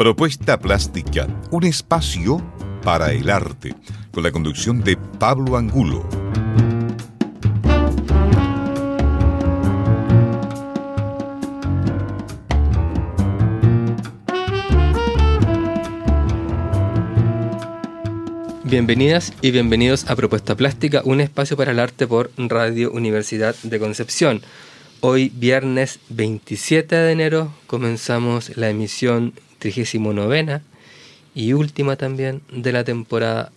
Propuesta Plástica, un espacio para el arte, con la conducción de Pablo Angulo. Bienvenidas y bienvenidos a Propuesta Plástica, un espacio para el arte por Radio Universidad de Concepción. Hoy, viernes 27 de enero, comenzamos la emisión 39ª y última también de la temporada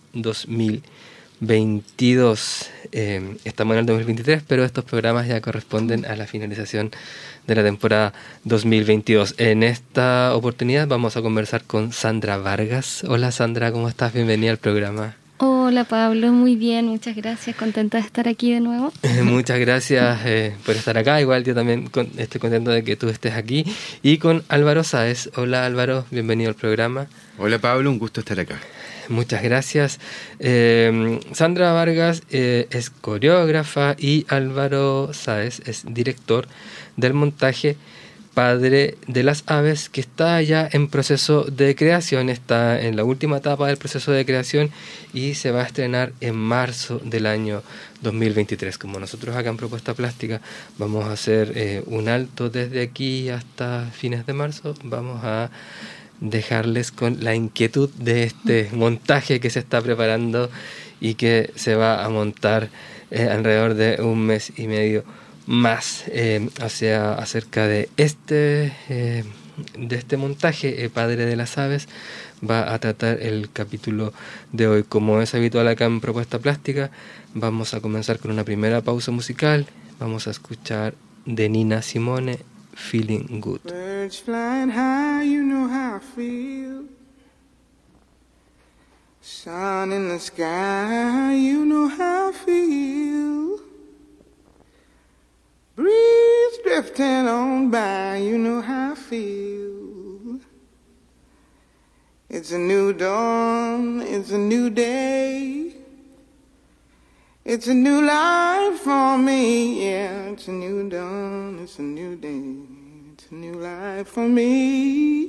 2022. Estamos en el 2023, pero estos programas ya corresponden a la finalización de la temporada 2022. En esta oportunidad vamos a conversar con Sandra Vargas. Hola Sandra, ¿cómo estás? Bienvenida al programa. Hola Pablo, muy bien, muchas gracias, contenta de estar aquí de nuevo. Muchas gracias por estar acá, igual yo también estoy contento de que tú estés aquí. Y con Álvaro Sáez. Hola Álvaro, bienvenido al programa. Hola Pablo, un gusto estar acá. Muchas gracias. Sandra Vargas es coreógrafa y Álvaro Sáez es director del montaje Padre de las Aves, que está ya en proceso de creación, está en la última etapa del proceso de creación y se va a estrenar en marzo del año 2023. Como nosotros acá en Propuesta Plástica vamos a hacer un alto desde aquí hasta fines de marzo, vamos a dejarles con la inquietud de este montaje que se está preparando y que se va a montar alrededor de un mes y medio más. Acerca de este montaje, Padre de las Aves, va a tratar el capítulo de hoy. Como es habitual acá en Propuesta Plástica, vamos a comenzar con una primera pausa musical. Vamos a escuchar de Nina Simone, Feeling Good. Birds flying high, you know how I feel. Sun in the sky, you know how I feel. Breeze drifting on by, you know how I feel. It's a new dawn, it's a new day. It's a new life for me, yeah. It's a new dawn, it's a new day. It's a new life for me.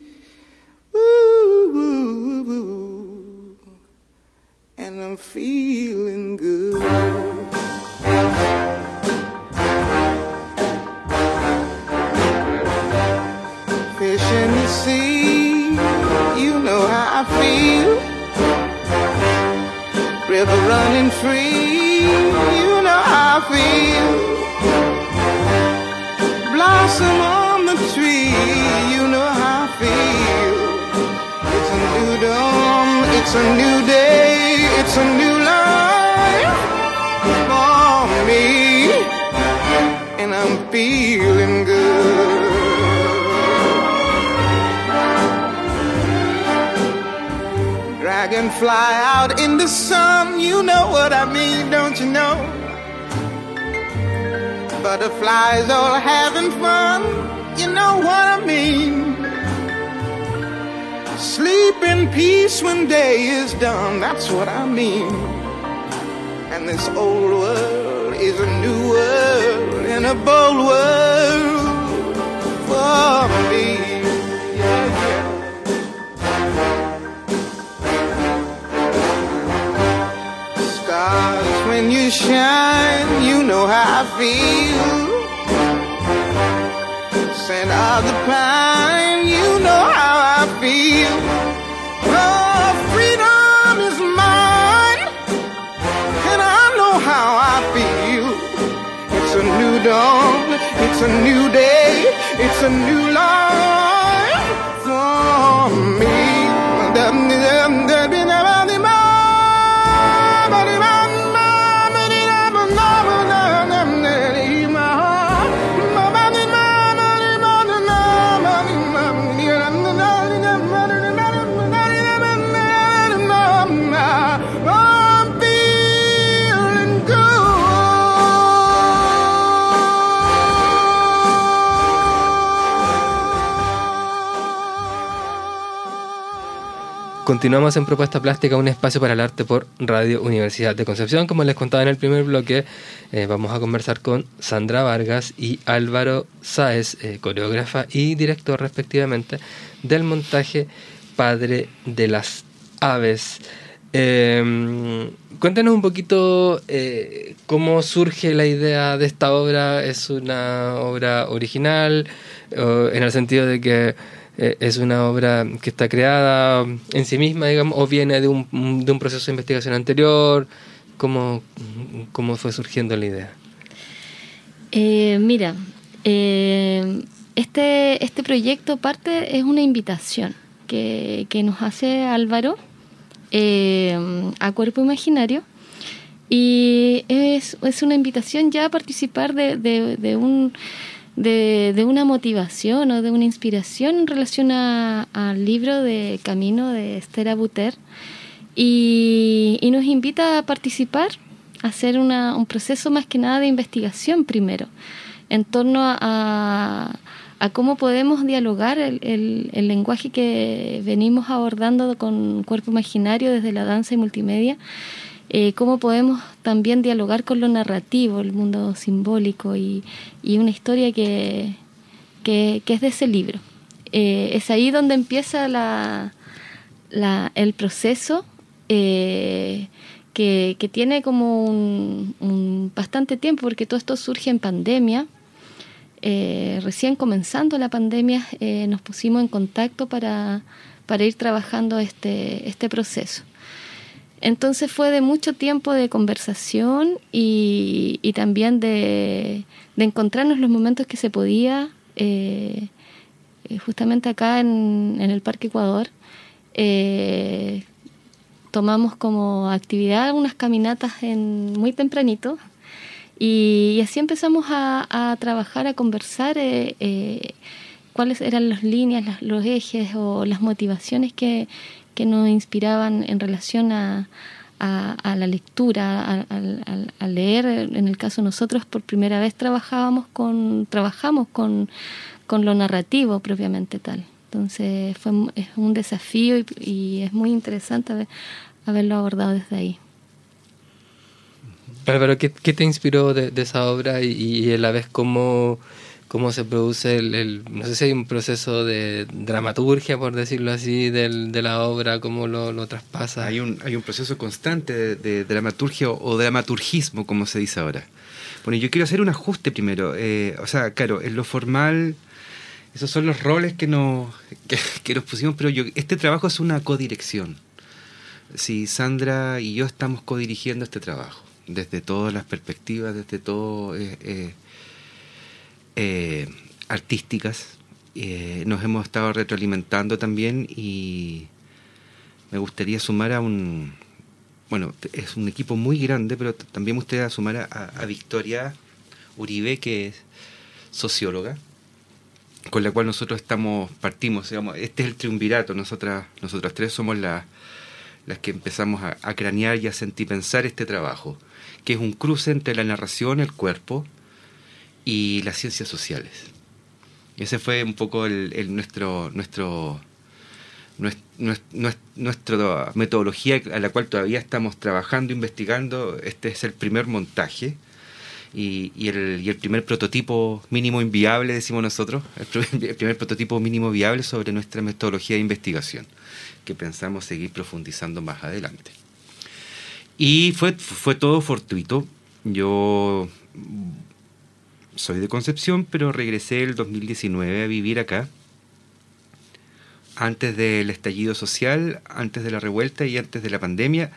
Woo, woo, woo. And I'm feeling good. Fish in the sea, you know how I feel. River running free, you know how I feel. Blossom on the tree, you know how I feel. It's a new dawn, it's a new day, it's a new life for me. And I'm feeling good. Dragonfly out in the sun, you know what I mean, don't you know? Butterflies all having fun, you know what I mean. Sleep in peace when day is done, that's what I mean. And this old world is a new world and a bold world for me. Yeah, yeah. Stars, when you shine, you know how I feel. Scent of the pine, you know how I feel. Oh, freedom is mine, and I know how I feel. It's a new dawn, it's a new day, it's a new life for me. continuamos en Propuesta Plástica, un espacio para el arte por Radio Universidad de Concepción. Como les contaba en el primer bloque, vamos a conversar con Sandra Vargas y Álvaro Sáez, coreógrafa y director respectivamente del montaje Padre de las Aves. Cuéntanos un poquito cómo surge la idea de esta obra. ¿Es una obra original en el sentido de que es una obra que está creada en sí misma, digamos, o viene de un proceso de investigación anterior? ¿Cómo fue surgiendo la idea? Mira, este proyecto parte es una invitación que nos hace Álvaro a Cuerpo Imaginario, y es una invitación ya a participar de una motivación o de una inspiración en relación al libro de Camino de Esther Abuter, y nos invita a participar, a hacer un proceso más que nada de investigación primero, en torno a cómo podemos dialogar el lenguaje que venimos abordando con Cuerpo Imaginario desde la danza y multimedia, cómo podemos también dialogar con lo narrativo, el mundo simbólico y una historia que es de ese libro. Es ahí donde empieza el proceso, que tiene como un bastante tiempo, porque todo esto surge en pandemia. Recién comenzando la pandemia nos pusimos en contacto para ir trabajando este proceso. Entonces fue de mucho tiempo de conversación y también de encontrarnos los momentos que se podía, justamente acá en el Parque Ecuador. Tomamos como actividad unas caminatas muy tempranito, y así empezamos a trabajar, a conversar cuáles eran las líneas, los ejes o las motivaciones que nos inspiraban en relación a la lectura, a leer. En el caso de nosotros, por primera vez trabajamos con lo narrativo propiamente tal. Entonces es un desafío y es muy interesante haberlo abordado desde ahí. Álvaro, ¿qué te inspiró de esa obra y a la vez cómo se produce no sé si hay un proceso de dramaturgia, por decirlo así, de la obra, cómo lo traspasa? Hay un proceso constante de dramaturgia o dramaturgismo, como se dice ahora. Bueno, yo quiero hacer un ajuste primero. O sea, claro, en lo formal, esos son los roles que nos pusimos, pero este trabajo es una codirección. Sí, Sandra y yo estamos codirigiendo este trabajo, desde todas las perspectivas, desde todo artísticas. Nos hemos estado retroalimentando también, y me gustaría sumar es un equipo muy grande, pero también me gustaría sumar a Victoria Uribe, que es socióloga, con la cual nosotros partimos, digamos, este es el triunvirato. Nosotras tres somos las que empezamos a cranear y a pensar este trabajo, que es un cruce entre la narración, el cuerpo y las ciencias sociales. Ese fue un poco nuestra metodología, a la cual todavía estamos trabajando, investigando. Este es el primer montaje y el primer prototipo mínimo inviable, decimos nosotros, el primer prototipo mínimo viable sobre nuestra metodología de investigación, que pensamos seguir profundizando más adelante. Y fue todo fortuito. Yo soy de Concepción, pero regresé el 2019 a vivir acá, antes del estallido social, antes de la revuelta y antes de la pandemia,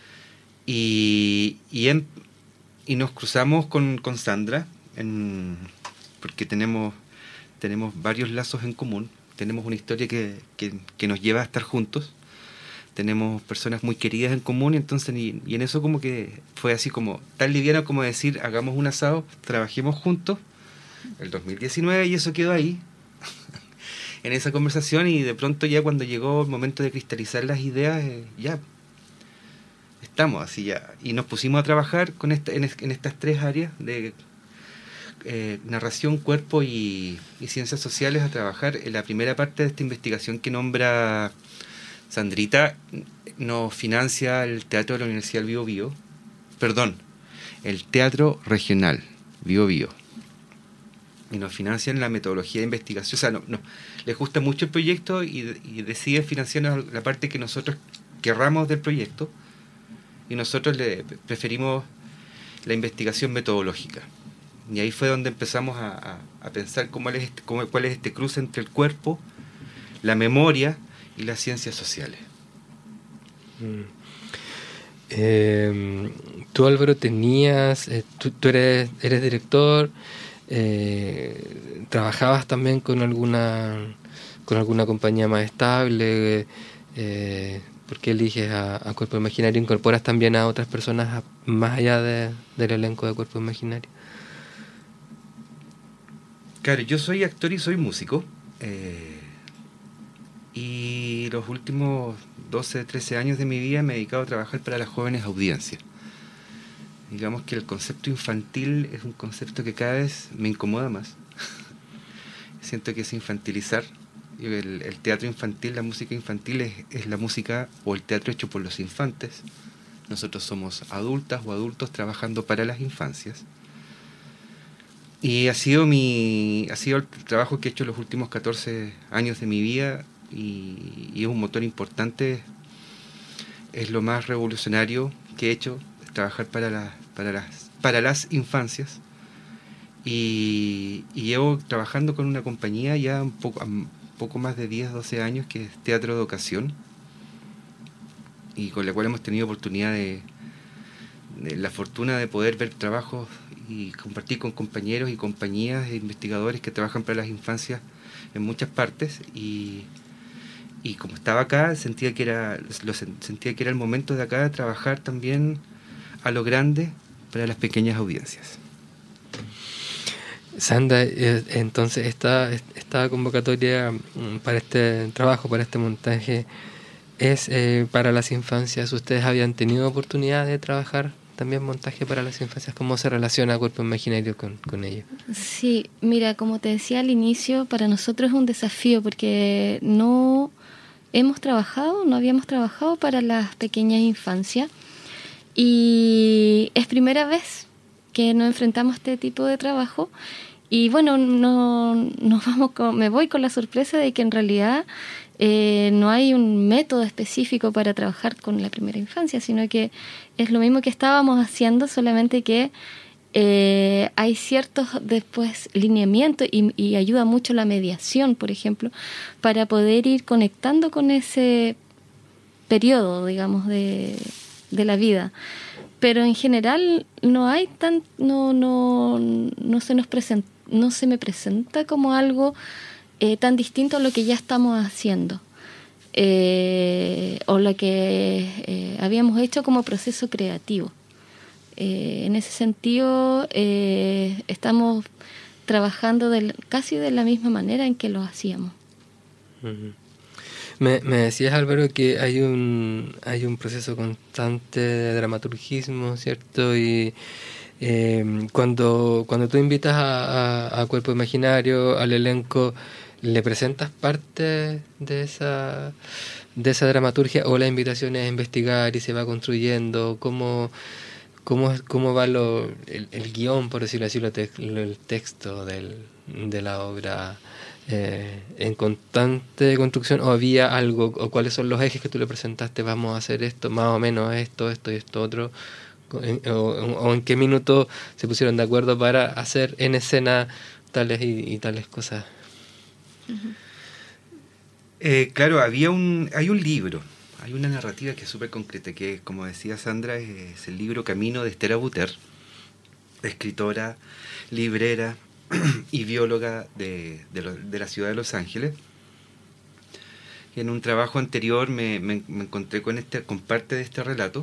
y nos cruzamos con Sandra, porque tenemos varios lazos en común. Tenemos una historia que nos lleva a estar juntos. Tenemos personas muy queridas en común, entonces y en eso como que fue así como tan liviano como decir, hagamos un asado, trabajemos juntos, el 2019, y eso quedó ahí en esa conversación. Y de pronto, ya cuando llegó el momento de cristalizar las ideas, ya estamos así ya, y nos pusimos a trabajar en estas tres áreas de narración, cuerpo y ciencias sociales, a trabajar en la primera parte de esta investigación que nombra Sandrita nos financia el Teatro de la Universidad del Bío Bío, perdón, el Teatro Regional Bío Bío, y nos financian la metodología de investigación. O sea, no, les gusta mucho el proyecto y deciden financiarnos la parte que nosotros querramos del proyecto, y nosotros le preferimos la investigación metodológica. Y ahí fue donde empezamos a pensar cuál es este cruce entre el cuerpo, la memoria y las ciencias sociales. Tú, Álvaro, tenías, tú eres director, trabajabas también con alguna compañía más estable. ¿Por qué eliges a Cuerpo Imaginario? ¿Incorporas también a otras personas más allá del elenco de Cuerpo Imaginario? Claro, yo soy actor y soy músico. Y los últimos 12, 13 años de mi vida me he dedicado a trabajar para las jóvenes audiencias. Digamos que el concepto infantil es un concepto que cada vez me incomoda más. Siento que es infantilizar. El teatro infantil, la música infantil es la música o el teatro hecho por los infantes. Nosotros somos adultas o adultos trabajando para las infancias. Y ha sido el trabajo que he hecho los últimos 14 años de mi vida, y es un motor importante. Es lo más revolucionario que he hecho, es trabajar para las infancias. Y llevo trabajando con una compañía ya un poco más de 10, 12 años, que es Teatro de Ocasión, y con la cual hemos tenido oportunidad de la fortuna de poder ver trabajos y compartir con compañeros y compañías e investigadores que trabajan para las infancias en muchas partes, y como estaba acá, sentía que era el momento de acá de trabajar también a lo grande para las pequeñas audiencias. Sandra, entonces esta convocatoria para este trabajo, para este montaje, es para las infancias. ¿Ustedes habían tenido oportunidad de trabajar también montaje para las infancias? ¿Cómo se relaciona Cuerpo Imaginario con ello? Sí, mira, como te decía al inicio, para nosotros es un desafío porque no habíamos trabajado para las pequeñas infancias, y es primera vez que nos enfrentamos a este tipo de trabajo. Y bueno, me voy con la sorpresa de que en realidad no hay un método específico para trabajar con la primera infancia, sino que es lo mismo que estábamos haciendo, solamente que hay ciertos después lineamientos y ayuda mucho la mediación, por ejemplo, para poder ir conectando con ese periodo, digamos, de la vida. Pero en general no se me presenta como algo tan distinto a lo que ya estamos haciendo, o lo que habíamos hecho como proceso creativo. En ese sentido, estamos trabajando casi de la misma manera en que lo hacíamos. Uh-huh. Me decías, Álvaro, que hay un proceso constante de dramaturgismo, ¿cierto? Y cuando tú invitas a Cuerpo Imaginario, al elenco, ¿le presentas parte de esa dramaturgia, o la invitación es a investigar y se va construyendo? ¿Cómo va el guión, por decirlo así, el texto de la obra? ¿En constante construcción, o había algo, o cuáles son los ejes que tú le presentaste? Vamos a hacer esto, más o menos esto y esto otro, o en qué minuto se pusieron de acuerdo para hacer en escena tales y tales cosas? Claro, hay un libro, hay una narrativa que es súper concreta, que, como decía Sandra, es el libro Camino de Esther Abuter, escritora, librera y bióloga de la ciudad de Los Ángeles. En un trabajo anterior me encontré con parte de este relato,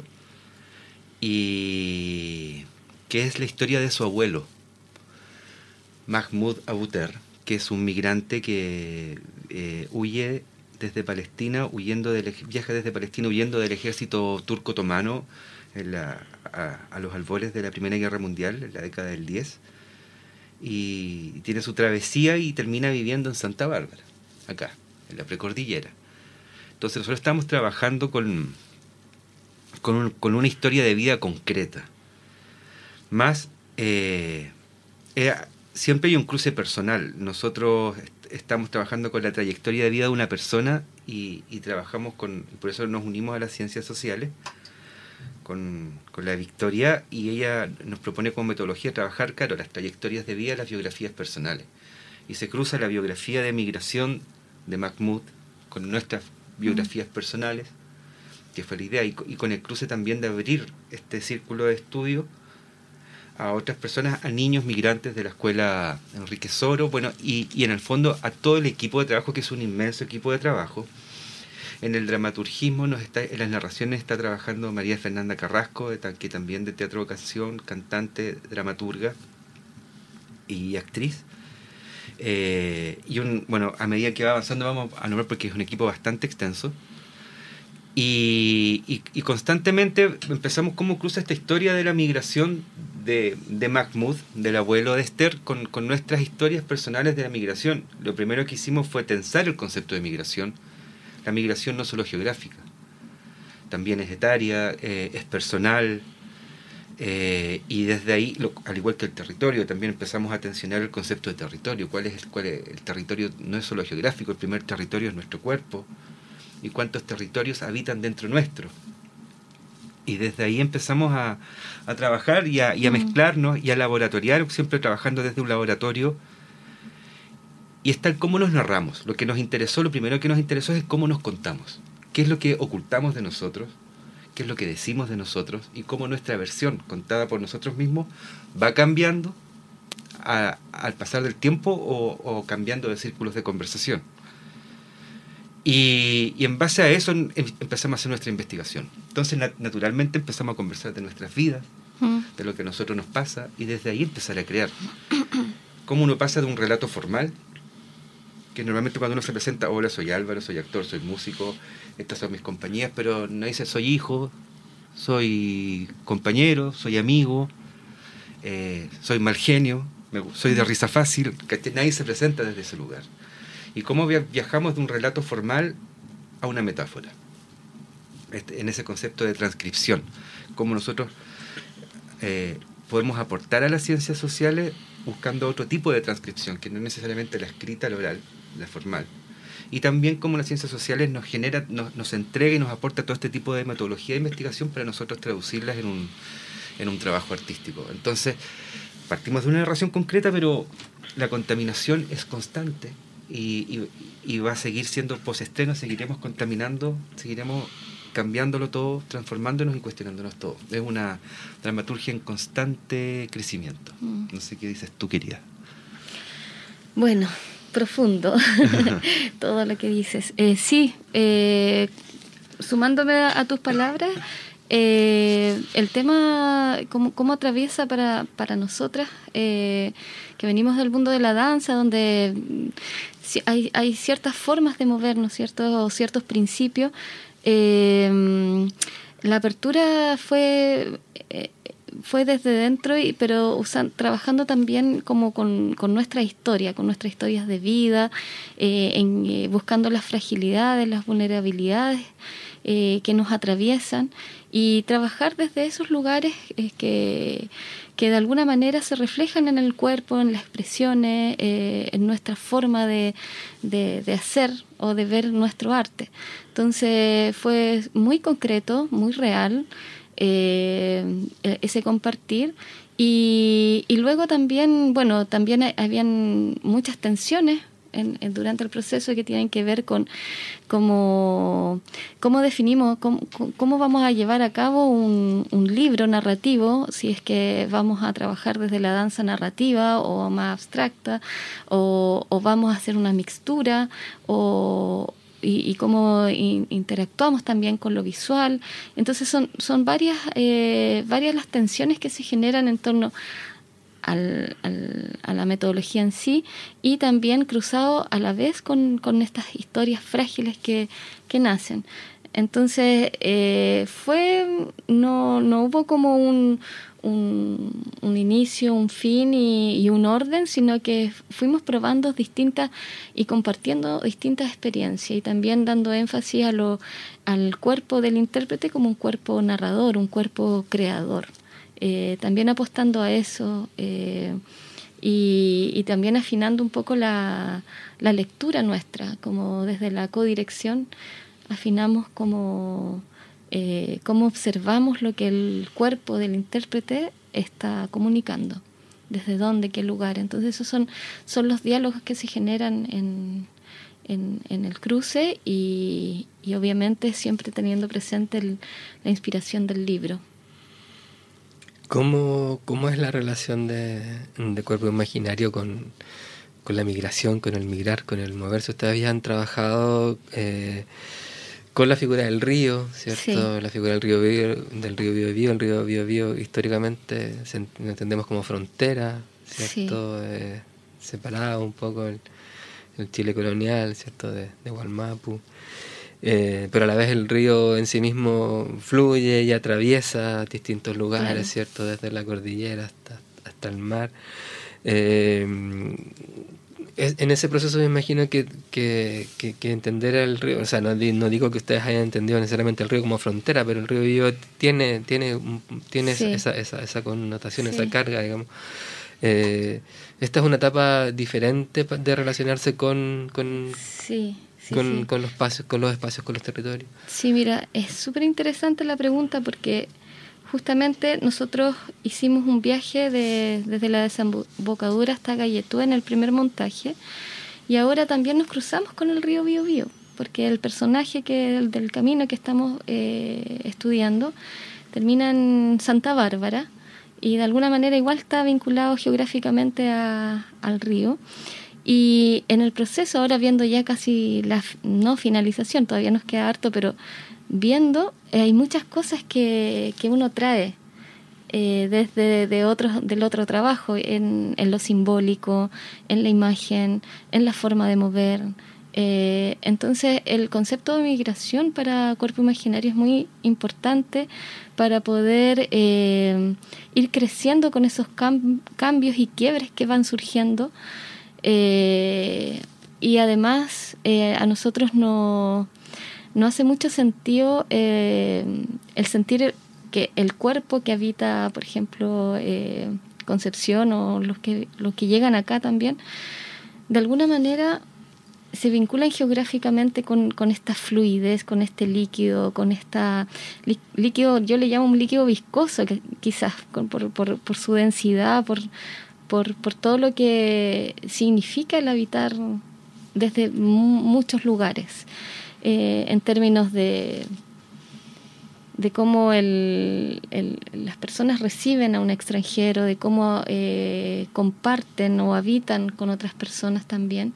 y que es la historia de su abuelo, Mahmoud Abuter, que es un migrante que huye desde Palestina, viaja desde Palestina huyendo del ejército turco otomano a los albores de la Primera Guerra Mundial, en la década del 10, y tiene su travesía y termina viviendo en Santa Bárbara, acá, en la precordillera. Entonces nosotros estamos trabajando con una historia de vida concreta. Más, siempre hay un cruce personal. Nosotros estamos trabajando con la trayectoria de vida de una persona y trabajamos por eso nos unimos a las ciencias sociales, con la Victoria, y ella nos propone como metodología trabajar, claro, las trayectorias de vida, las biografías personales. Y se cruza la biografía de migración de Mahmoud con nuestras biografías personales, que fue la idea, y con el cruce también de abrir este círculo de estudio a otras personas, a niños migrantes de la escuela Enrique Soro, bueno, y en el fondo a todo el equipo de trabajo, que es un inmenso equipo de trabajo. En el dramaturgismo, en las narraciones está trabajando María Fernanda Carrasco, que también de teatro de canción, cantante, dramaturga y actriz. Bueno, a medida que va avanzando vamos a nombrar, porque es un equipo bastante extenso. Y constantemente empezamos cómo cruza esta historia de la migración de Mahmoud, del abuelo de Esther, con nuestras historias personales de la migración. Lo primero que hicimos fue tensar el concepto de migración. La migración no solo geográfica, también es etaria, es personal, y desde ahí, al igual que el territorio, también empezamos a tensionar el concepto de territorio. ¿Cuál es el territorio? No es solo geográfico, el primer territorio es nuestro cuerpo, y cuántos territorios habitan dentro nuestro. Y desde ahí empezamos a trabajar y a mezclarnos y a laboratoriar, siempre trabajando desde un laboratorio. Y es tal cómo nos narramos. Lo primero que nos interesó es cómo nos contamos. ¿Qué es lo que ocultamos de nosotros? ¿Qué es lo que decimos de nosotros? Y cómo nuestra versión contada por nosotros mismos va cambiando al pasar del tiempo o cambiando de círculos de conversación. Y en base a eso empezamos a hacer nuestra investigación. Entonces, naturalmente empezamos a conversar de nuestras vidas, de lo que a nosotros nos pasa, y desde ahí empezar a crear. Cómo uno pasa de un relato formal, que normalmente cuando uno se presenta, hola, soy Álvaro, soy actor, soy músico, estas son mis compañías, pero no dice soy hijo, soy compañero, soy amigo, soy mal genio, soy de risa fácil, que nadie se presenta desde ese lugar. Y cómo viajamos de un relato formal a una metáfora, en ese concepto de transcripción, cómo nosotros podemos aportar a las ciencias sociales buscando otro tipo de transcripción, que no es necesariamente la escrita, la oral, la formal. Y también cómo las ciencias sociales nos entrega y nos aporta todo este tipo de metodología de investigación para nosotros traducirlas en un trabajo artístico. Entonces, partimos de una narración concreta, pero la contaminación es constante y va a seguir siendo postestreno, seguiremos contaminando, seguiremos cambiándolo todo, transformándonos y cuestionándonos todo. Es una dramaturgia en constante crecimiento. No sé qué dices tú, querida. Bueno, profundo todo lo que dices. Sí, sumándome a tus palabras, el tema, cómo atraviesa para nosotras, que venimos del mundo de la danza, donde hay ciertas formas de movernos, ciertos principios. La apertura fue desde dentro, pero trabajando también como con nuestra historia, con nuestras historias de vida, buscando las fragilidades, las vulnerabilidades que nos atraviesan, y trabajar desde esos lugares que de alguna manera se reflejan en el cuerpo, en las expresiones, en nuestra forma de hacer o de ver nuestro arte. Entonces fue muy concreto, muy real, ese compartir. Y luego también, habían muchas tensiones durante el proceso que tienen que ver con cómo definimos, cómo vamos a llevar a cabo un libro narrativo, si es que vamos a trabajar desde la danza narrativa o más abstracta, o vamos a hacer una mixtura, y cómo interactuamos también con lo visual. Entonces son varias las tensiones que se generan en torno a la metodología en sí, y también cruzado a la vez con estas historias frágiles que nacen. Entonces no hubo como un inicio, un fin y un orden, sino que fuimos probando distintas y compartiendo distintas experiencias y también dando énfasis al cuerpo del intérprete como un cuerpo narrador, un cuerpo creador. También apostando a eso y también afinando un poco la lectura nuestra, como desde la codirección afinamos cómo observamos lo que el cuerpo del intérprete está comunicando, desde dónde, qué lugar. Entonces esos son los diálogos que se generan en el cruce y obviamente siempre teniendo presente la inspiración del libro. ¿Cómo es la relación de cuerpo imaginario con la migración, con el migrar, con el moverse? Ustedes habían trabajado con la figura del río, ¿cierto? Sí. La figura del río Biobío. El río Biobío históricamente lo entendemos como frontera, ¿cierto? Sí. Separado un poco el Chile colonial, ¿cierto? De Wallmapu. Pero a la vez el río en sí mismo fluye y atraviesa distintos lugares, claro. ¿Cierto? Desde la cordillera hasta el mar. En ese proceso me imagino que entender el río, o sea, no digo que ustedes hayan entendido necesariamente el río como frontera, pero el río Biobío tiene sí. esa connotación, sí. Esa carga, digamos. Esta es una etapa diferente de relacionarse con los espacios, con los territorios. Sí, mira, es súper interesante la pregunta porque justamente nosotros hicimos un viaje desde la desembocadura hasta Galletú en el primer montaje y ahora también nos cruzamos con el río Biobío porque el personaje del camino que estamos estudiando termina en Santa Bárbara y de alguna manera igual está vinculado geográficamente al río. Y en el proceso, ahora viendo ya casi no finalización, todavía nos queda harto, pero viendo, hay muchas cosas que uno trae del otro trabajo, en lo simbólico, en la imagen, en la forma de mover. Entonces, el concepto de migración para Cuerpo Imaginario es muy importante para poder ir creciendo con esos cambios y quiebres que van surgiendo. Y además a nosotros no hace mucho sentido el sentir que el cuerpo que habita, por ejemplo, Concepción o los que llegan acá también, de alguna manera se vinculan geográficamente con esta fluidez, con este líquido, con esta líquido, yo le llamo un líquido viscoso, que quizás por su densidad, por todo lo que significa el habitar desde muchos lugares, en términos de cómo las personas reciben a un extranjero, de cómo comparten o habitan con otras personas también.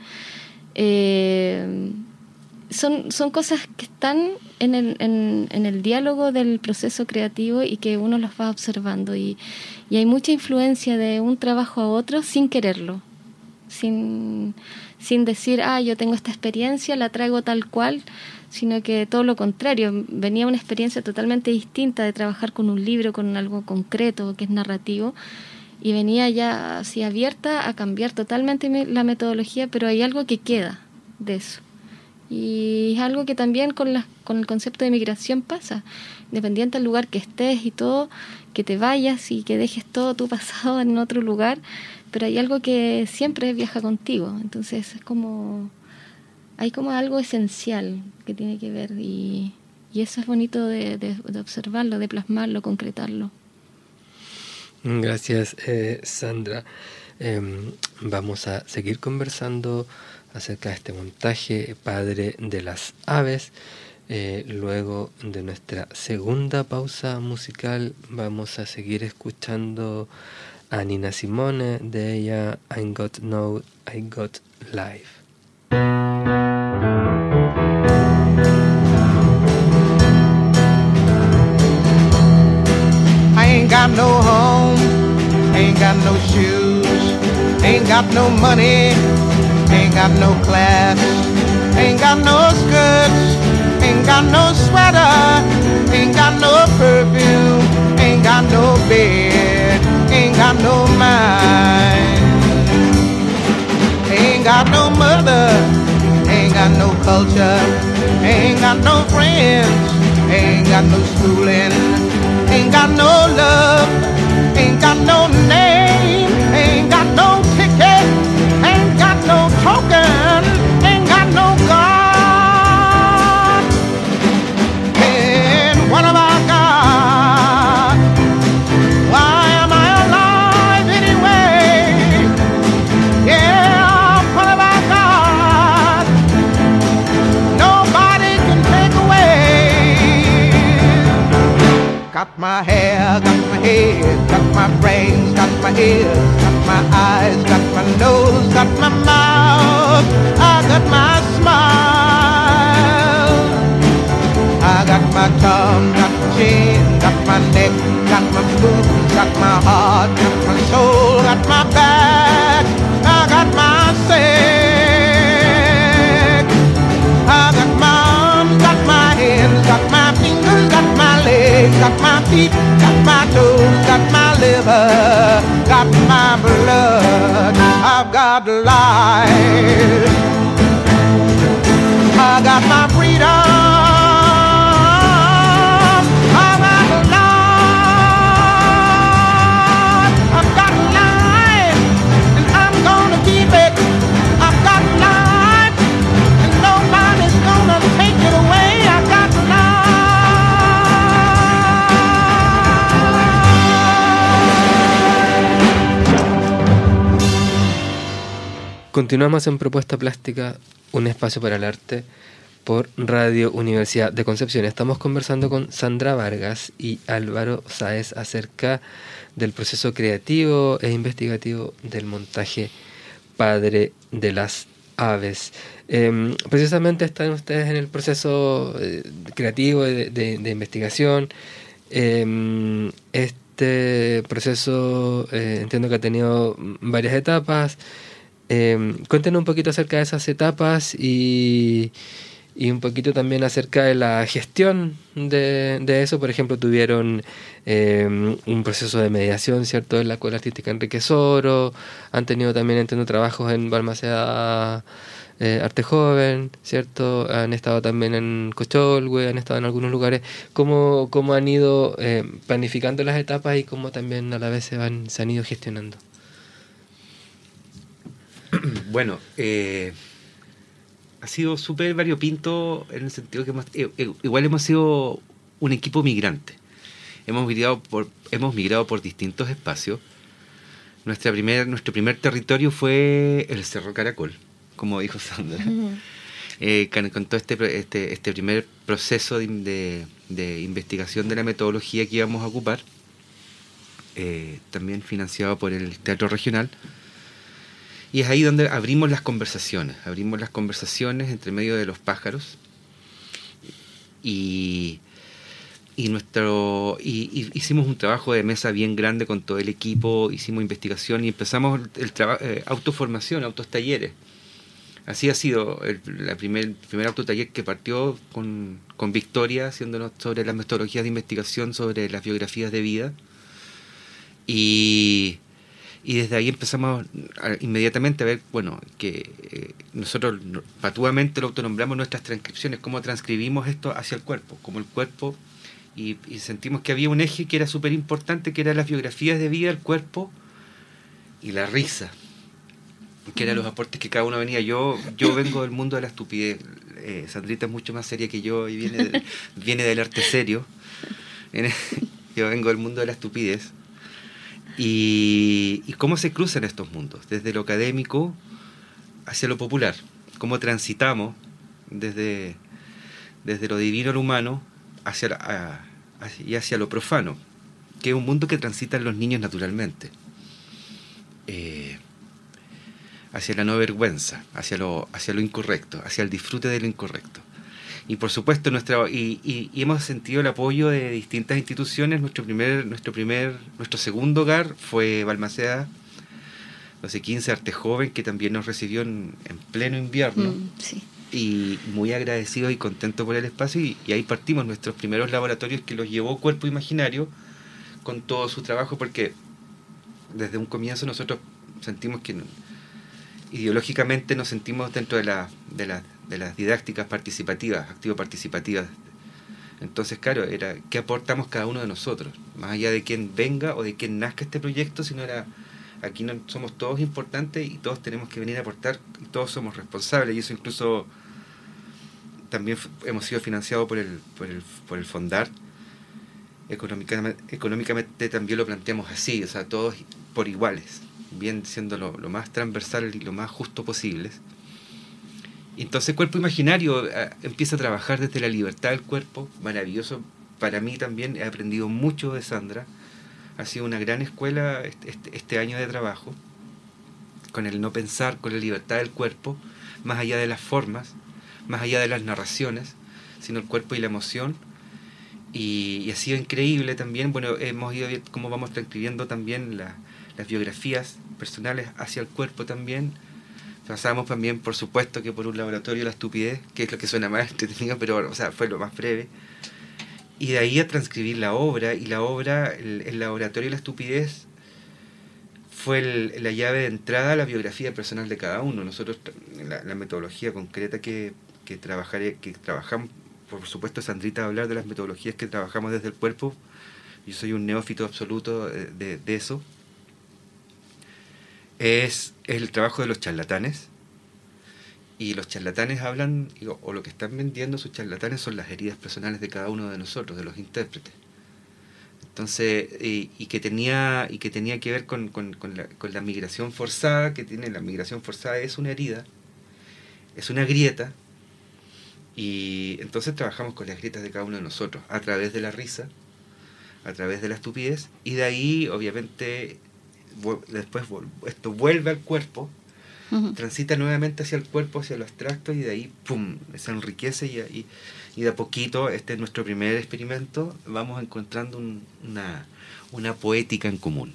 Son cosas que están en el diálogo del proceso creativo y que uno los va observando y hay mucha influencia de un trabajo a otro sin quererlo, sin decir, yo tengo esta experiencia, la traigo tal cual, sino que todo lo contrario, venía una experiencia totalmente distinta de trabajar con un libro, con algo concreto que es narrativo, y venía ya así abierta a cambiar totalmente la metodología, pero hay algo que queda de eso. Y es algo que también con el concepto de migración pasa, independiente del lugar que estés y todo, que te vayas y que dejes todo tu pasado en otro lugar, pero hay algo que siempre viaja contigo, entonces hay como algo esencial que tiene que ver y eso es bonito de observarlo, de plasmarlo, concretarlo. Gracias, Sandra. Vamos a seguir conversando acerca de este montaje, Padre de las Aves. Luego de nuestra segunda pausa musical vamos a seguir escuchando a Nina Simone, de ella I Got Now, I Got Life. I ain't got no home, ain't got no shoes, ain't got no money, ain't got no class, ain't got no skirts, ain't got no sweater, ain't got no perfume, ain't got no bed, ain't got no mind. Ain't got no mother, ain't got no culture, ain't got no friends, ain't got no schooling, ain't got no love, ain't got no name, ain't got no ticket, ain't got no token, ain't got no God. And what have I got? Why am I alive anyway? Yeah, what have I got? Nobody can take away. Got my hair, got my head, got my brains, got my ears, got my eyes, got my nose, got my mouth, I got my smile. I got my tongue, got my chin, got my neck, got my boobs, got my heart, got my soul, got my back, I got my sex. I got my arms, got my hands, got my fingers, got my legs, got my feet, got my toes, got my liver, got my blood. I've got life. I got my freedom. I got life. I've got life, and I'm gonna keep it. I've got life, and nobody's gonna take it away. I've got Continuamos en Propuesta Plástica, un espacio para el arte por Radio Universidad de Concepción. Estamos conversando con Sandra Vargas y Álvaro Sáez acerca del proceso creativo e investigativo del montaje Padre de las Aves. Precisamente están ustedes en el proceso creativo de investigación. Este proceso entiendo que ha tenido varias etapas. Cuéntenos un poquito acerca de esas etapas y un poquito también acerca de la gestión de eso. Por ejemplo, tuvieron un proceso de mediación, ¿cierto?, en la Escuela Artística Enrique Soro. Han tenido también, entiendo, trabajos en Balmaceda Arte Joven, ¿cierto? Han estado también en Cocholhue, han estado en algunos lugares. ¿Cómo han ido planificando las etapas y cómo también a la vez se han ido gestionando? Bueno, ha sido súper variopinto en el sentido que igual hemos sido un equipo migrante. Hemos migrado por distintos espacios. Nuestro primer territorio fue el Cerro Caracol, como dijo Sandra. Con todo este primer proceso de investigación de la metodología que íbamos a ocupar, también financiado por el Teatro Regional. Y es ahí donde abrimos las conversaciones entre medio de los pájaros y hicimos un trabajo de mesa bien grande con todo el equipo, hicimos investigación y empezamos el autoformación, autotalleres. Así ha sido el primer autotaller que partió con Victoria, haciéndonos sobre las metodologías de investigación, sobre las biografías de vida. Y desde ahí empezamos inmediatamente a ver, bueno, que nosotros patuamente lo autonombramos nuestras transcripciones, cómo transcribimos esto hacia el cuerpo, como el cuerpo, y sentimos que había un eje que era súper importante, que eran las biografías de vida, el cuerpo y la risa, que eran los aportes que cada uno venía. Yo vengo del mundo de la estupidez, Sandrita es mucho más seria que yo y viene del arte serio. Yo vengo del mundo de la estupidez. Y cómo se cruzan estos mundos, desde lo académico hacia lo popular, cómo transitamos desde lo divino a lo humano hacia lo profano, que es un mundo que transitan los niños naturalmente, hacia la no vergüenza, hacia lo incorrecto, hacia el disfrute de lo incorrecto. Y por supuesto y hemos sentido el apoyo de distintas instituciones. Nuestro segundo hogar fue Balmaceda 1215 Arte Joven, que también nos recibió en pleno invierno. Sí. y muy agradecidos y contentos por el espacio, y ahí partimos nuestros primeros laboratorios que los llevó Cuerpo Imaginario con todo su trabajo, porque desde un comienzo nosotros sentimos que ideológicamente nos sentimos dentro de las didácticas participativas, activo-participativas. Entonces, claro, era qué aportamos cada uno de nosotros, más allá de quién venga o de quién nazca este proyecto, sino era aquí no, somos todos importantes y todos tenemos que venir a aportar y todos somos responsables, y eso incluso también hemos sido financiados por el Fondar. Económicamente también lo planteamos así, o sea, todos por iguales, bien siendo lo más transversal y lo más justo posibles. Entonces Cuerpo Imaginario empieza a trabajar desde la libertad del cuerpo, maravilloso para mí también, he aprendido mucho de Sandra, ha sido una gran escuela este año de trabajo, con el no pensar, con la libertad del cuerpo, más allá de las formas, más allá de las narraciones, sino el cuerpo y la emoción. Y ha sido increíble también, bueno, hemos ido viendo cómo vamos transcribiendo también las biografías personales hacia el cuerpo también. Pasamos también, por supuesto, que por un laboratorio de la estupidez, que es lo que suena más entretenido, pero o sea, fue lo más breve. Y de ahí a transcribir la obra, y la obra, el laboratorio de la estupidez, fue la llave de entrada a la biografía personal de cada uno. Nosotros, la metodología concreta que trabajamos, por supuesto Sandrita va a hablar de las metodologías que trabajamos desde el cuerpo, yo soy un neófito absoluto de eso, es el trabajo de los charlatanes. Y los charlatanes hablan, o lo que están vendiendo sus charlatanes son las heridas personales de cada uno de nosotros, de los intérpretes. Entonces, y que tenía que ver con la migración forzada, la migración forzada es una herida, es una grieta, y entonces trabajamos con las grietas de cada uno de nosotros, a través de la risa, a través de la estupidez, y de ahí, obviamente, después esto vuelve al cuerpo, transita nuevamente hacia el cuerpo, hacia lo abstracto, y de ahí, ¡pum!, se enriquece, y de a poquito, este es nuestro primer experimento, vamos encontrando una poética en común.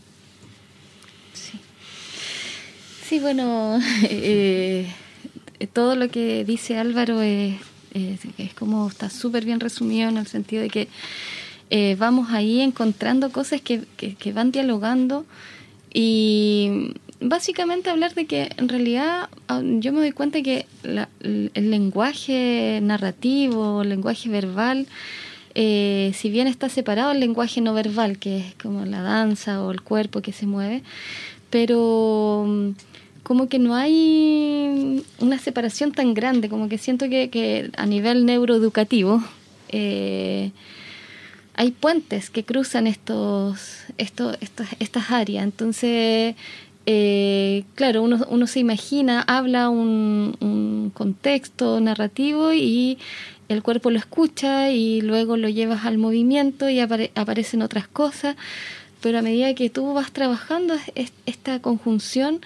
Sí, bueno, todo lo que dice Álvaro es como está súper bien resumido, en el sentido de que vamos ahí encontrando cosas que van dialogando, y básicamente hablar de que en realidad yo me doy cuenta que el lenguaje narrativo, el lenguaje verbal, si bien está separado el lenguaje no verbal, que es como la danza o el cuerpo que se mueve, pero como que no hay una separación tan grande, como que siento que a nivel neuroeducativo hay puentes que cruzan estas áreas. Entonces, claro, uno se imagina, habla un contexto narrativo y el cuerpo lo escucha, y luego lo llevas al movimiento y aparecen otras cosas, pero a medida que tú vas trabajando esta conjunción,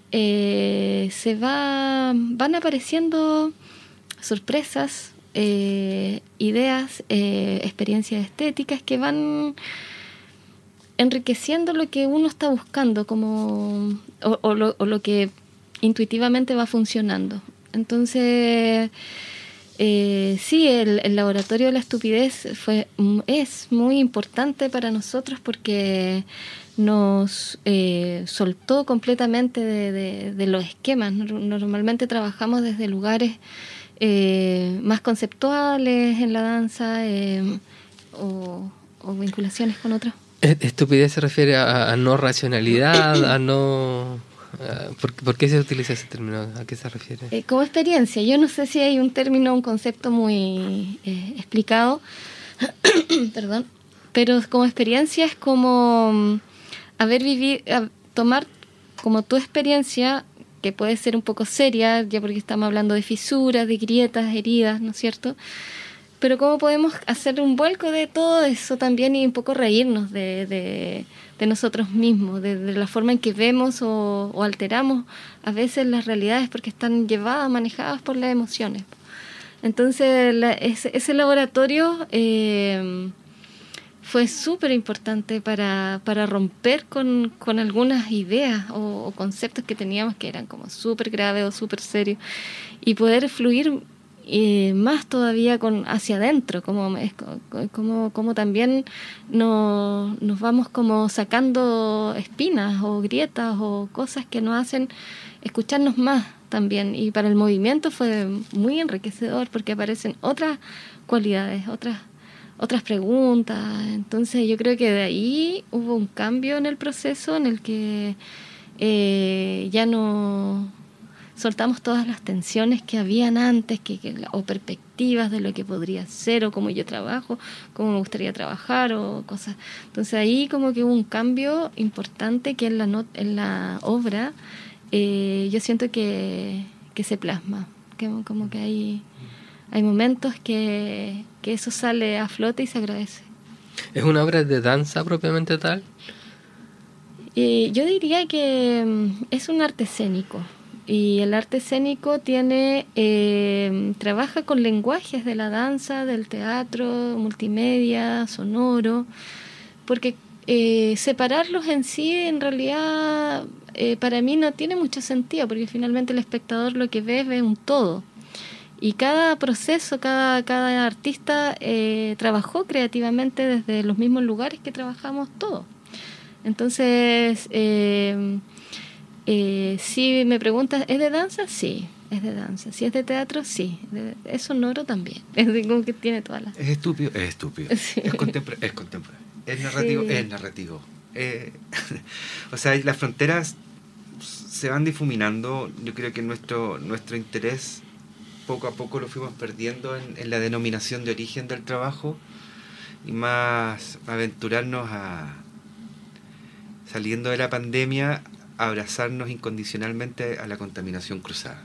van apareciendo sorpresas, ideas, experiencias estéticas que van enriqueciendo lo que uno está buscando, como o lo que intuitivamente va funcionando. Entonces, sí, el laboratorio de la estupidez es muy importante para nosotros, porque nos soltó completamente de los esquemas. Normalmente trabajamos desde lugares más conceptuales en la danza, o vinculaciones con otros. ¿Estupidez se refiere a no racionalidad, a no...? ¿Por qué se utiliza ese término? ¿A qué se refiere? Como experiencia. Yo no sé si hay un término, un concepto muy explicado, perdón, pero como experiencia es como tomar como tu experiencia, que puede ser un poco seria, ya porque estamos hablando de fisuras, de grietas, heridas, ¿no es cierto? Pero cómo podemos hacer un vuelco de todo eso también, y un poco reírnos de nosotros mismos, de la forma en que vemos o alteramos a veces las realidades, porque están manejadas por las emociones. Entonces, ese laboratorio fue súper importante para romper con algunas ideas o conceptos que teníamos que eran como súper graves o súper serios, y poder fluir más todavía hacia adentro, como también nos vamos como sacando espinas o grietas o cosas que nos hacen escucharnos más también. Y para el movimiento fue muy enriquecedor porque aparecen otras cualidades, otras preguntas. Entonces yo creo que de ahí hubo un cambio en el proceso en el que ya no soltamos todas las tensiones que habían antes, o perspectivas de lo que podría ser, o cómo yo trabajo, cómo me gustaría trabajar, o cosas. Entonces ahí como que hubo un cambio importante que en la obra yo siento que se plasma, como que hay momentos que eso sale a flote y se agradece. ¿Es una obra de danza propiamente tal? Yo diría que es un arte escénico. Y el arte escénico trabaja con lenguajes de la danza, del teatro, multimedia, sonoro, porque separarlos en sí, en realidad, para mí no tiene mucho sentido, porque finalmente el espectador lo que ve un todo. Y cada proceso, cada artista trabajó creativamente desde los mismos lugares que trabajamos todos. Entonces, si me preguntas, ¿es de danza? Sí, es de danza. Si es de teatro, sí. Es sonoro también. Es como que tiene todas las... Es estúpido. Sí. Es contemporáneo. Es narrativo, sí. Es narrativo. O sea, las fronteras se van difuminando. Yo creo que nuestro interés poco a poco lo fuimos perdiendo en la denominación de origen del trabajo y más aventurarnos saliendo de la pandemia, abrazarnos incondicionalmente a la contaminación cruzada.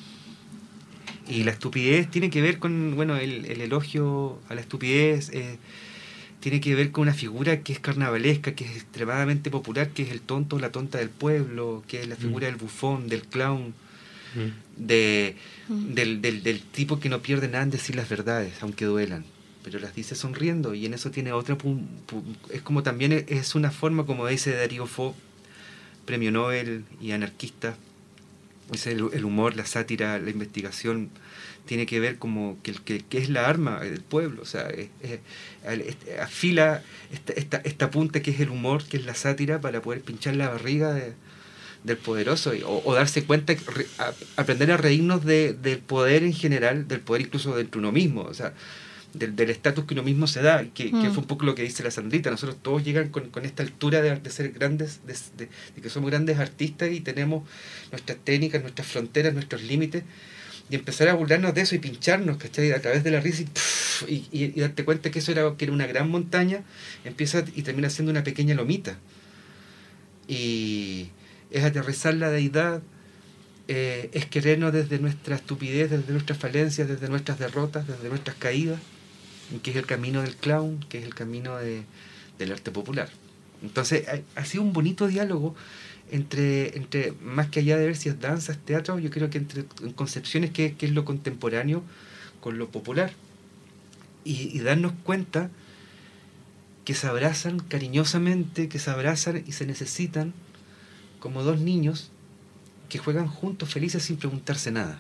Y la estupidez tiene que ver con, el elogio a la estupidez, tiene que ver con una figura que es carnavalesca, que es extremadamente popular, que es el tonto o la tonta del pueblo, que es la figura del bufón, del clown, del tipo que no pierde nada en decir las verdades, aunque duelan, pero las dice sonriendo, y en eso tiene otra... es como también es una forma, como dice Darío Fo, premio Nobel y anarquista, es el humor, la sátira, la investigación, tiene que ver como que es la arma del pueblo, o sea, afila esta punta que es el humor, que es la sátira, para poder pinchar la barriga del poderoso, o darse cuenta, aprender a reírnos del poder en general, del poder incluso dentro de uno mismo, o sea, del estatus que uno mismo se da, que fue un poco lo que dice la Sandrita. Nosotros todos llegan con esta altura de ser grandes, de que somos grandes artistas y tenemos nuestras técnicas, nuestras fronteras, nuestros límites, y empezar a burlarnos de eso y pincharnos, ¿cachai? A través de la risa y darte cuenta que eso que era una gran montaña, empieza y termina siendo una pequeña lomita. Y es aterrizar la deidad, es querernos desde nuestra estupidez, desde nuestras falencias, desde nuestras derrotas, desde nuestras caídas, que es el camino del clown, que es el camino del arte popular. Entonces ha sido un bonito diálogo entre más que allá de ver si es danza, es teatro, yo creo que entre concepciones que es lo contemporáneo con lo popular, y darnos cuenta que se abrazan cariñosamente, que se abrazan y se necesitan como dos niños que juegan juntos felices sin preguntarse nada.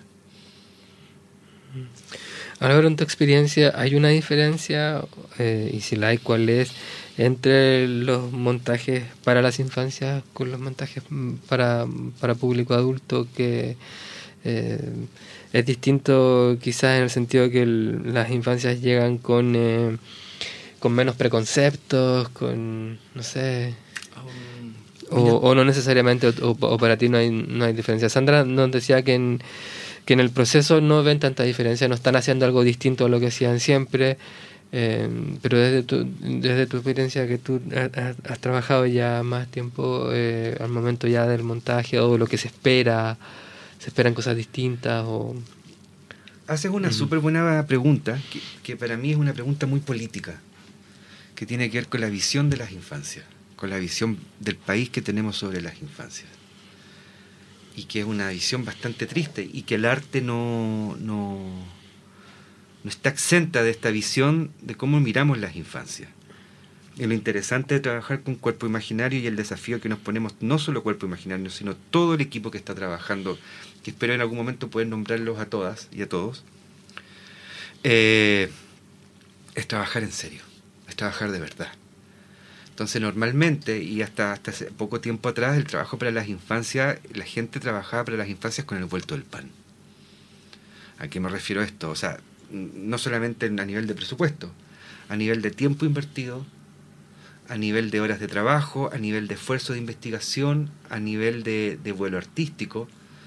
Álvaro, en tu experiencia, ¿hay una diferencia, y si la hay, cuál es, entre los montajes para las infancias con los montajes para público adulto, que es distinto quizás en el sentido que las infancias llegan con menos preconceptos, con, no sé... O no necesariamente, o para ti no hay diferencia? Sandra nos decía que en el proceso no ven tanta diferencia, no están haciendo algo distinto a lo que hacían siempre, pero desde tu experiencia, que tú has trabajado ya más tiempo, al momento ya del montaje, o lo que se esperan cosas distintas, o... Haces una súper buena pregunta, que para mí es una pregunta muy política, que tiene que ver con la visión de las infancias, con la visión del país que tenemos sobre las infancias, y que es una visión bastante triste, y que el arte no está exenta de esta visión de cómo miramos las infancias. Y lo interesante de trabajar con Cuerpo Imaginario, y el desafío que nos ponemos, no solo Cuerpo Imaginario, sino todo el equipo que está trabajando, que espero en algún momento poder nombrarlos a todas y a todos, es trabajar en serio, es trabajar de verdad. Entonces normalmente, y hasta hace poco tiempo atrás, el trabajo para las infancias, la gente trabajaba para las infancias con el vuelto del pan. ¿A qué me refiero a esto? O sea, no solamente a nivel de presupuesto, a nivel de tiempo invertido, a nivel de horas de trabajo, a nivel de esfuerzo de investigación, a nivel de vuelo artístico,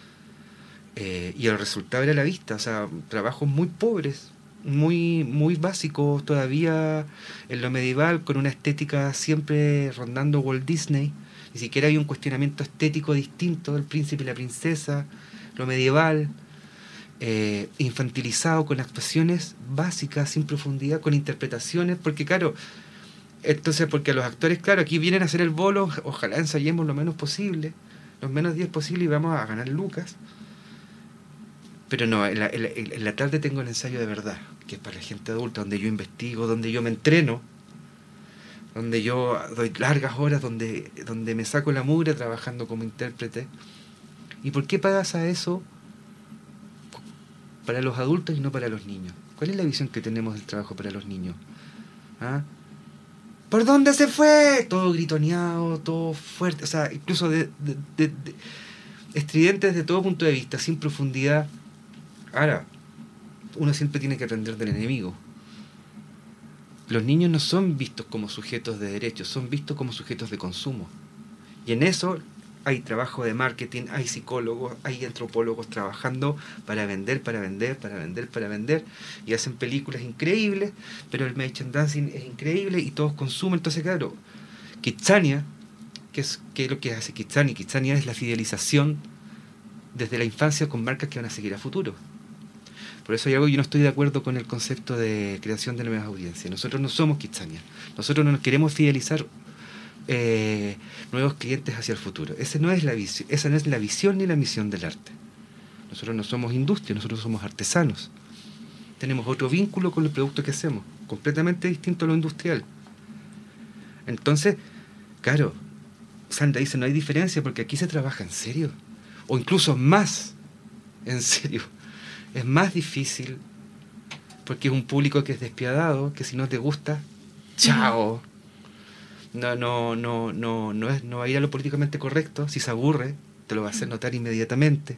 y el resultado era a la vista. O sea, trabajos muy pobres, muy básicos todavía en lo medieval, con una estética siempre rondando Walt Disney. Ni siquiera había un cuestionamiento estético distinto del príncipe y la princesa, lo medieval, infantilizado, con actuaciones básicas, sin profundidad, con interpretaciones, porque claro, entonces porque los actores, claro, aquí vienen a hacer el bolo, ojalá ensayemos lo menos posible, los menos días posible y vamos a ganar lucas. Pero no, en la tarde tengo el ensayo de verdad, que es para la gente adulta, donde yo investigo, donde yo me entreno, donde yo doy largas horas, donde me saco la mugre trabajando como intérprete. ¿Y por qué pasa eso para los adultos y no para los niños? ¿Cuál es la visión que tenemos del trabajo para los niños? ¿Ah? ¿Por dónde se fue? Todo gritoneado, todo fuerte, o sea, incluso estridente desde todo punto de vista, sin profundidad. Ahora, uno siempre tiene que aprender del enemigo. Los niños no son vistos como sujetos de derechos, son vistos como sujetos de consumo. Y en eso hay trabajo de marketing, hay psicólogos, hay antropólogos trabajando para vender, y hacen películas increíbles, pero el merchandising es increíble y todos consumen. Entonces, claro, Kitsania, ¿qué es lo que hace Kitsania? Kitsania es la fidelización desde la infancia con marcas que van a seguir a futuro. Por eso yo no estoy de acuerdo con el concepto de creación de nuevas audiencias. Nosotros no somos Kitsania. Nosotros no nos queremos fidelizar nuevos clientes hacia el futuro. Esa no es la visión ni la misión del arte. Nosotros no somos industria, nosotros somos artesanos. Tenemos otro vínculo con los productos que hacemos, completamente distinto a lo industrial. Entonces, claro, Sandra dice, no hay diferencia porque aquí se trabaja en serio, o incluso más en serio. Es más difícil porque es un público que es despiadado, que si no te gusta, ¡chao! No va a ir a lo políticamente correcto. Si se aburre, te lo va a hacer notar inmediatamente.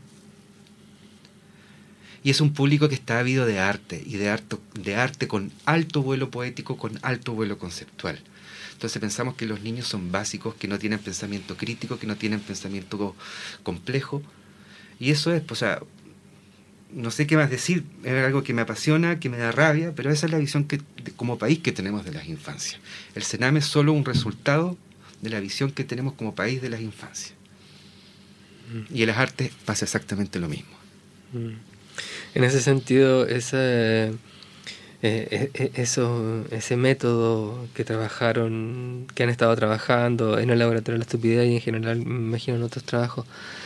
Y es un público que está ávido de arte, y de arte con alto vuelo poético, con alto vuelo conceptual. Entonces pensamos que los niños son básicos, que no tienen pensamiento crítico, que no tienen pensamiento complejo. Y eso es, pues, o sea, no sé qué más decir, es algo que me apasiona, que me da rabia, pero esa es la visión como país que tenemos de las infancias. El Sename es solo un resultado de la visión que tenemos como país de las infancias. Y en las artes pasa exactamente lo mismo. En ese sentido, ese método que han estado trabajando en el Laboratorio de la Estupidez y en general, me imagino en otros trabajos,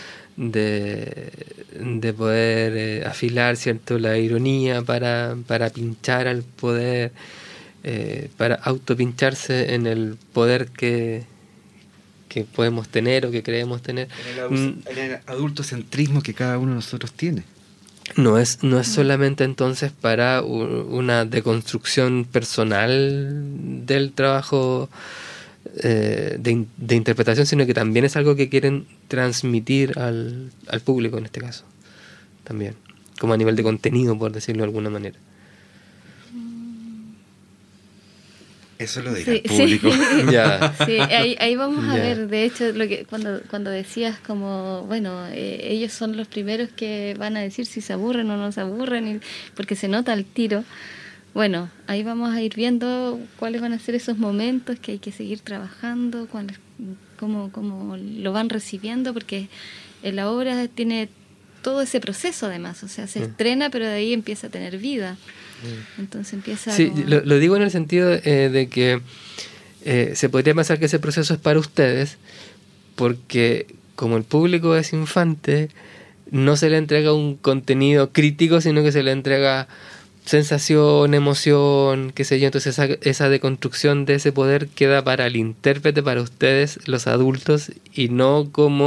de poder afilar, ¿cierto?, la ironía para pinchar al poder, para autopincharse en el poder que podemos tener o que creemos tener. En el adultocentrismo que cada uno de nosotros tiene. No es solamente entonces para una deconstrucción personal del trabajo de interpretación, sino que también es algo que quieren transmitir al público en este caso, también, como a nivel de contenido, por decirlo de alguna manera. Eso lo dirá el público. Sí. Ya. Sí, ahí vamos a Ya. ver, de hecho, lo que cuando decías como, bueno, ellos son los primeros que van a decir si se aburren o no se aburren, porque se nota el tiro. Bueno, ahí vamos a ir viendo cuáles van a ser esos momentos que hay que seguir trabajando, cómo lo van recibiendo, porque la obra tiene todo ese proceso además, o sea, se estrena, pero de ahí empieza a tener vida. Entonces empieza... Sí, lo digo en el sentido de que se podría pensar que ese proceso es para ustedes, porque como el público es infante, no se le entrega un contenido crítico, sino que se le entrega sensación, emoción, qué sé yo. Entonces esa deconstrucción de ese poder queda para el intérprete, para ustedes, los adultos, y no como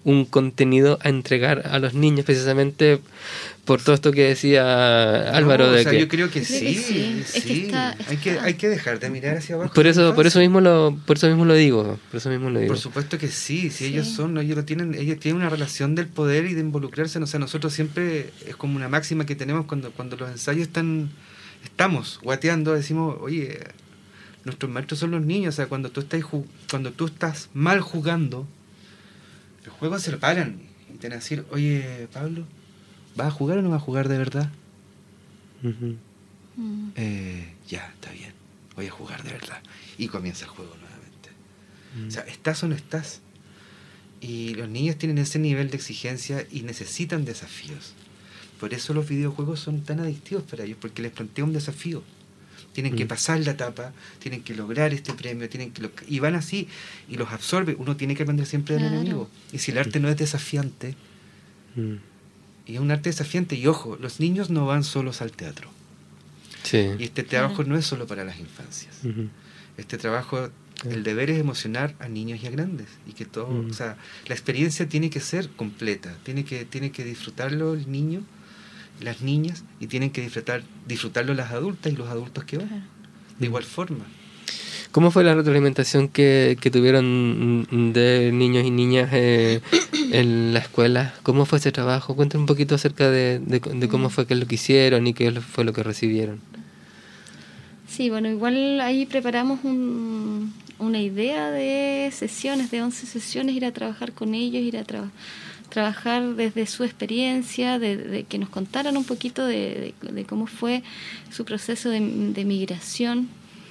un contenido a entregar a los niños, precisamente por todo esto que decía Álvaro. No, de que yo creo que sí. Es que está- Hay que dejar de mirar hacia abajo. por de la eso infancia. mismo lo digo. Por supuesto que sí, si ellos son, ellos tienen una relación del poder y de involucrarse, o sea, nosotros siempre es como una máxima que tenemos cuando los ensayos estamos guateando, decimos, oye, nuestros maestros son los niños, o sea, cuando tú estás mal jugando, los juegos se paran y te van a decir, oye, Pablo, ¿vas a jugar o no vas a jugar de verdad? Ujú. Ya, está bien, voy a jugar de verdad. Y comienza el juego nuevamente. O sea, ¿estás o no estás? Y los niños tienen ese nivel de exigencia y necesitan desafíos. Por eso los videojuegos son tan adictivos para ellos, porque les plantea un desafío. Tienen que pasar la etapa, tienen que lograr este premio, y van así, y los absorbe. Uno tiene que aprender siempre del Claro. enemigo. Y si el arte no es desafiante, Mm. y es un arte desafiante, y ojo, los niños no van solos al teatro. Sí. Y este trabajo no es solo para las infancias. Ujú. Este trabajo, el deber es emocionar a niños y a grandes. Y que todo, o sea, la experiencia tiene que ser completa. Tiene que disfrutarlo el niño, las niñas, y tienen que disfrutarlo las adultas y los adultos que van. Claro. De igual forma. ¿Cómo fue la retroalimentación que tuvieron de niños y niñas en la escuela? ¿Cómo fue ese trabajo? Cuéntame un poquito acerca de cómo fue que lo que hicieron y qué fue lo que recibieron. Sí, bueno, igual ahí preparamos una idea de sesiones, de 11 sesiones, ir a trabajar con ellos, ir a trabajar desde su experiencia, de que nos contaran un poquito de cómo fue su proceso de migración,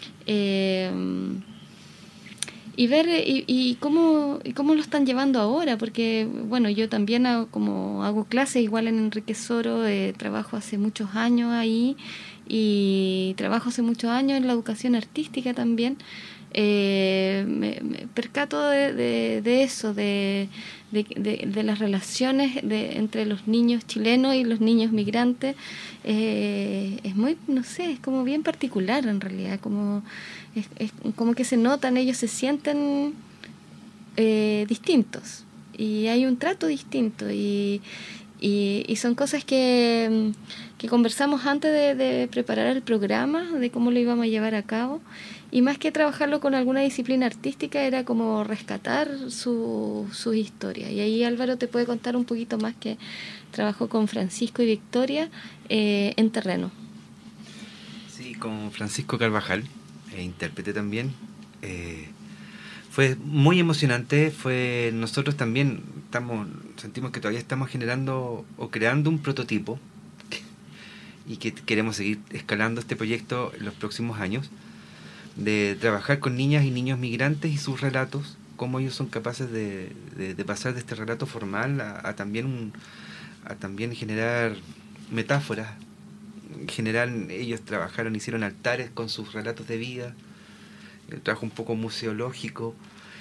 y ver y cómo lo están llevando ahora, porque bueno, yo también hago clases igual en Enrique Soro, trabajo hace muchos años ahí y trabajo hace muchos años en la educación artística también. Me percato de eso, de las relaciones entre los niños chilenos y los niños migrantes. Es muy, no sé, es como bien particular en realidad, es como que se notan, ellos se sienten distintos y hay un trato distinto y son cosas que conversamos antes de preparar el programa, de cómo lo íbamos a llevar a cabo, y más que trabajarlo con alguna disciplina artística era como rescatar su historia. Y ahí Álvaro te puede contar un poquito más, que trabajó con Francisco y Victoria en terreno. Sí, con Francisco Carvajal, intérprete también. Fue muy emocionante. Nosotros también sentimos que todavía estamos generando o creando un prototipo y que queremos seguir escalando este proyecto en los próximos años, de trabajar con niñas y niños migrantes y sus relatos, cómo ellos son capaces de pasar de este relato formal a también generar metáforas. En general ellos hicieron altares con sus relatos de vida, el trabajo un poco museológico,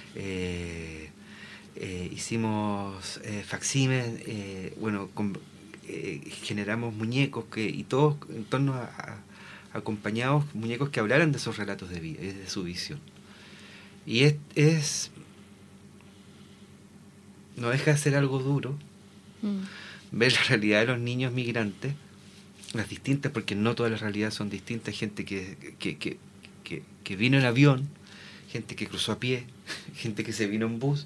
hicimos facsímiles, generamos muñecos y todos en torno acompañados, muñecos que hablaran de esos relatos de vida, de su visión. Y no deja de ser algo duro ver la realidad de los niños migrantes, las distintas, porque no todas las realidades son distintas. Hay gente que vino en avión, gente que cruzó a pie, gente que se vino en bus,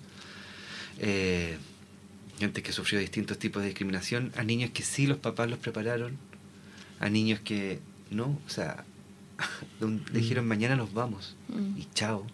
gente que sufrió distintos tipos de discriminación, a niños que sí los papás los prepararon, a niños que no, o sea, le dijeron mañana nos vamos y chao.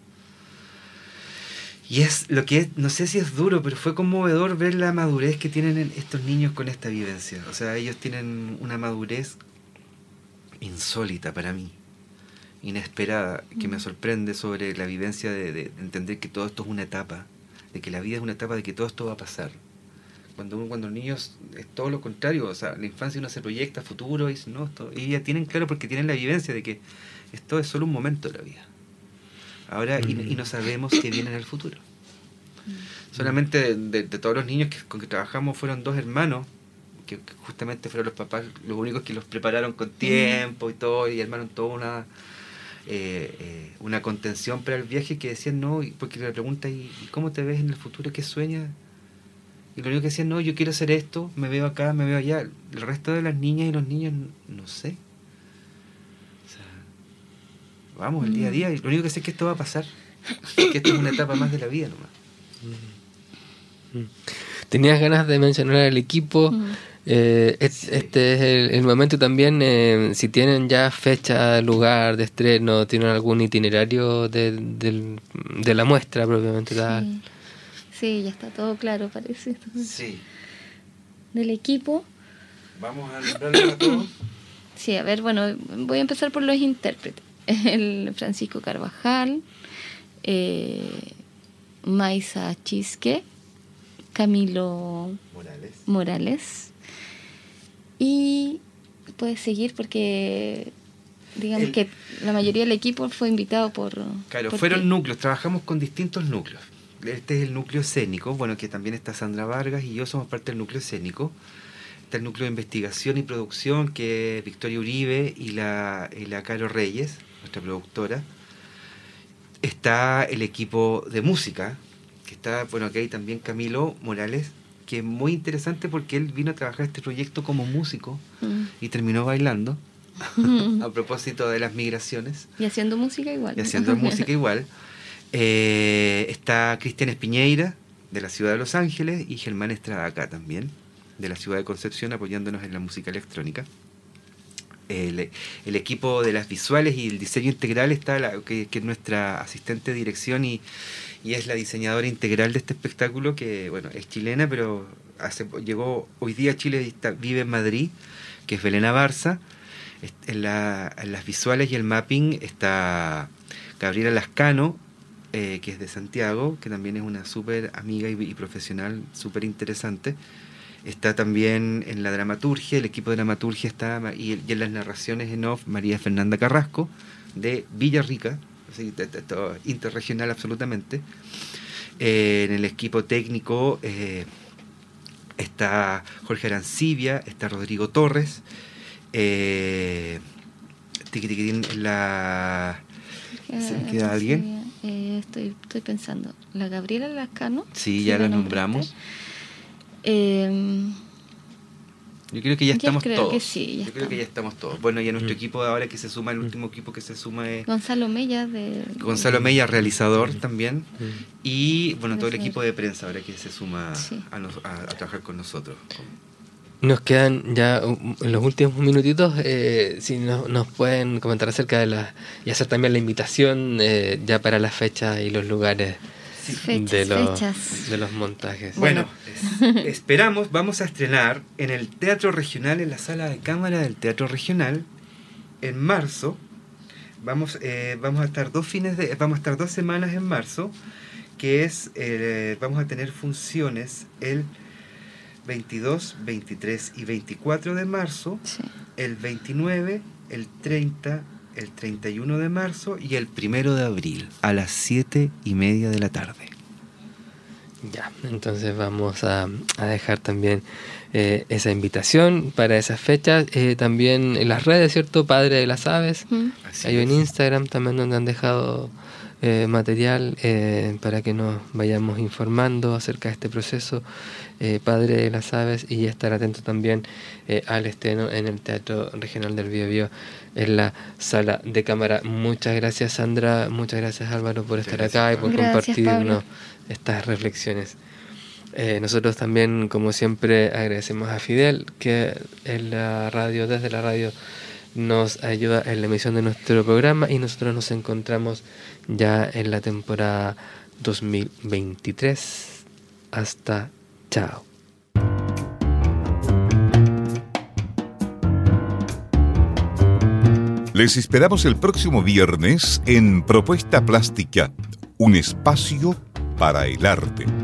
Y es lo que es, no sé si es duro, pero fue conmovedor ver la madurez que tienen estos niños con esta vivencia. O sea, ellos tienen una madurez insólita para mí, inesperada, que me sorprende sobre la vivencia de entender que todo esto es una etapa, de que la vida es una etapa, de que todo esto va a pasar. Cuando los niños es todo lo contrario, o sea, la infancia uno se proyecta a futuro y dice, no, y ya tienen claro, porque tienen la vivencia de que esto es solo un momento de la vida. Ahora, y no sabemos qué viene en el futuro. Solamente de todos los niños con que trabajamos fueron 2 hermanos, que justamente fueron los papás, los únicos que los prepararon con tiempo y todo, y armaron toda una contención para el viaje, que decían no, porque le pregunta, ¿y cómo te ves en el futuro? ¿Qué sueñas? Y lo único que decían, no, yo quiero hacer esto, me veo acá, me veo allá. El resto de las niñas y los niños, no sé. O sea, vamos, el día a día. Y lo único que sé es que esto va a pasar. Que esto es una etapa más de la vida nomás. ¿Tenías ganas de mencionar al equipo? Este es el momento también, si tienen ya fecha, lugar de estreno, tienen algún itinerario de la muestra propiamente tal. Sí, ya está todo claro, parece. Sí. Del equipo. Vamos a nombrarlo a todos. Sí, a ver, bueno, voy a empezar por los intérpretes. El Francisco Carvajal, Maisa Chisque, Camilo Morales. Y puedes seguir porque digamos que la mayoría del equipo fue invitado por... Claro, fueron núcleos, trabajamos con distintos núcleos. Este es el núcleo escénico, bueno, que también está Sandra Vargas y yo somos parte del núcleo escénico. Está el núcleo de investigación y producción, que es Victoria Uribe y la Caro Reyes, nuestra productora. Está el equipo de música, que está, bueno, aquí hay también Camilo Morales, que es muy interesante porque él vino a trabajar este proyecto como músico y terminó bailando, a propósito de las migraciones. Y haciendo música igual. Está Cristian Espiñeira, de la ciudad de Los Ángeles, y Germán Estrada acá también, de la ciudad de Concepción, apoyándonos en la música electrónica. El equipo de las visuales y el diseño integral está que es nuestra asistente de dirección y es la diseñadora integral de este espectáculo, que bueno, es chilena, pero llegó hoy día a Chile, vive en Madrid, que es Belén Barza. En las visuales y el mapping está Gabriela Lascano, que es de Santiago, que también es una súper amiga y profesional, súper interesante. Está también en la dramaturgia, el equipo de dramaturgia está, y en las narraciones en off, María Fernanda Carrasco, de Villarrica, así, todo interregional absolutamente. En el equipo técnico está Jorge Arancibia, está Rodrigo Torres, ¿se me queda alguien? Estoy pensando. La Gabriela Lascano. Sí, ya la nombramos. Yo creo que ya estamos todos. Creo que ya estamos todos. Bueno, y a nuestro equipo de ahora que se suma, el último equipo que se suma es Gonzalo Mella, realizador también. Y bueno, todo el equipo de prensa ahora que se suma a trabajar con nosotros. Nos quedan ya en los últimos minutitos, si nos pueden comentar acerca de y hacer también la invitación ya para las fechas y los lugares de los montajes. Bueno, esperamos, vamos a estrenar en el Teatro Regional, en la sala de cámara del Teatro Regional, en marzo. Vamos a estar 2 semanas en marzo, que es vamos a tener funciones el 22, 23 y 24 de marzo, el 29, el 30, el 31 de marzo y el 1 de abril a las 7:30 de la tarde. Ya, entonces vamos a dejar también esa invitación para esas fechas. También en las redes, ¿cierto? Padre de las Aves. Hay en Instagram también donde han dejado material para que nos vayamos informando acerca de este proceso. Padre de las Aves, y estar atento también al estreno en el Teatro Regional del Biobío, en la sala de cámara. Muchas gracias, Sandra, muchas gracias, Álvaro, por estar acá y por compartirnos estas reflexiones. Nosotros también, como siempre, agradecemos a Fidel, que en la radio, desde la radio, nos ayuda en la emisión de nuestro programa, y nosotros nos encontramos ya en la temporada 2023. Hasta chao. Les esperamos el próximo viernes en Propuesta Plástica, un espacio para el arte.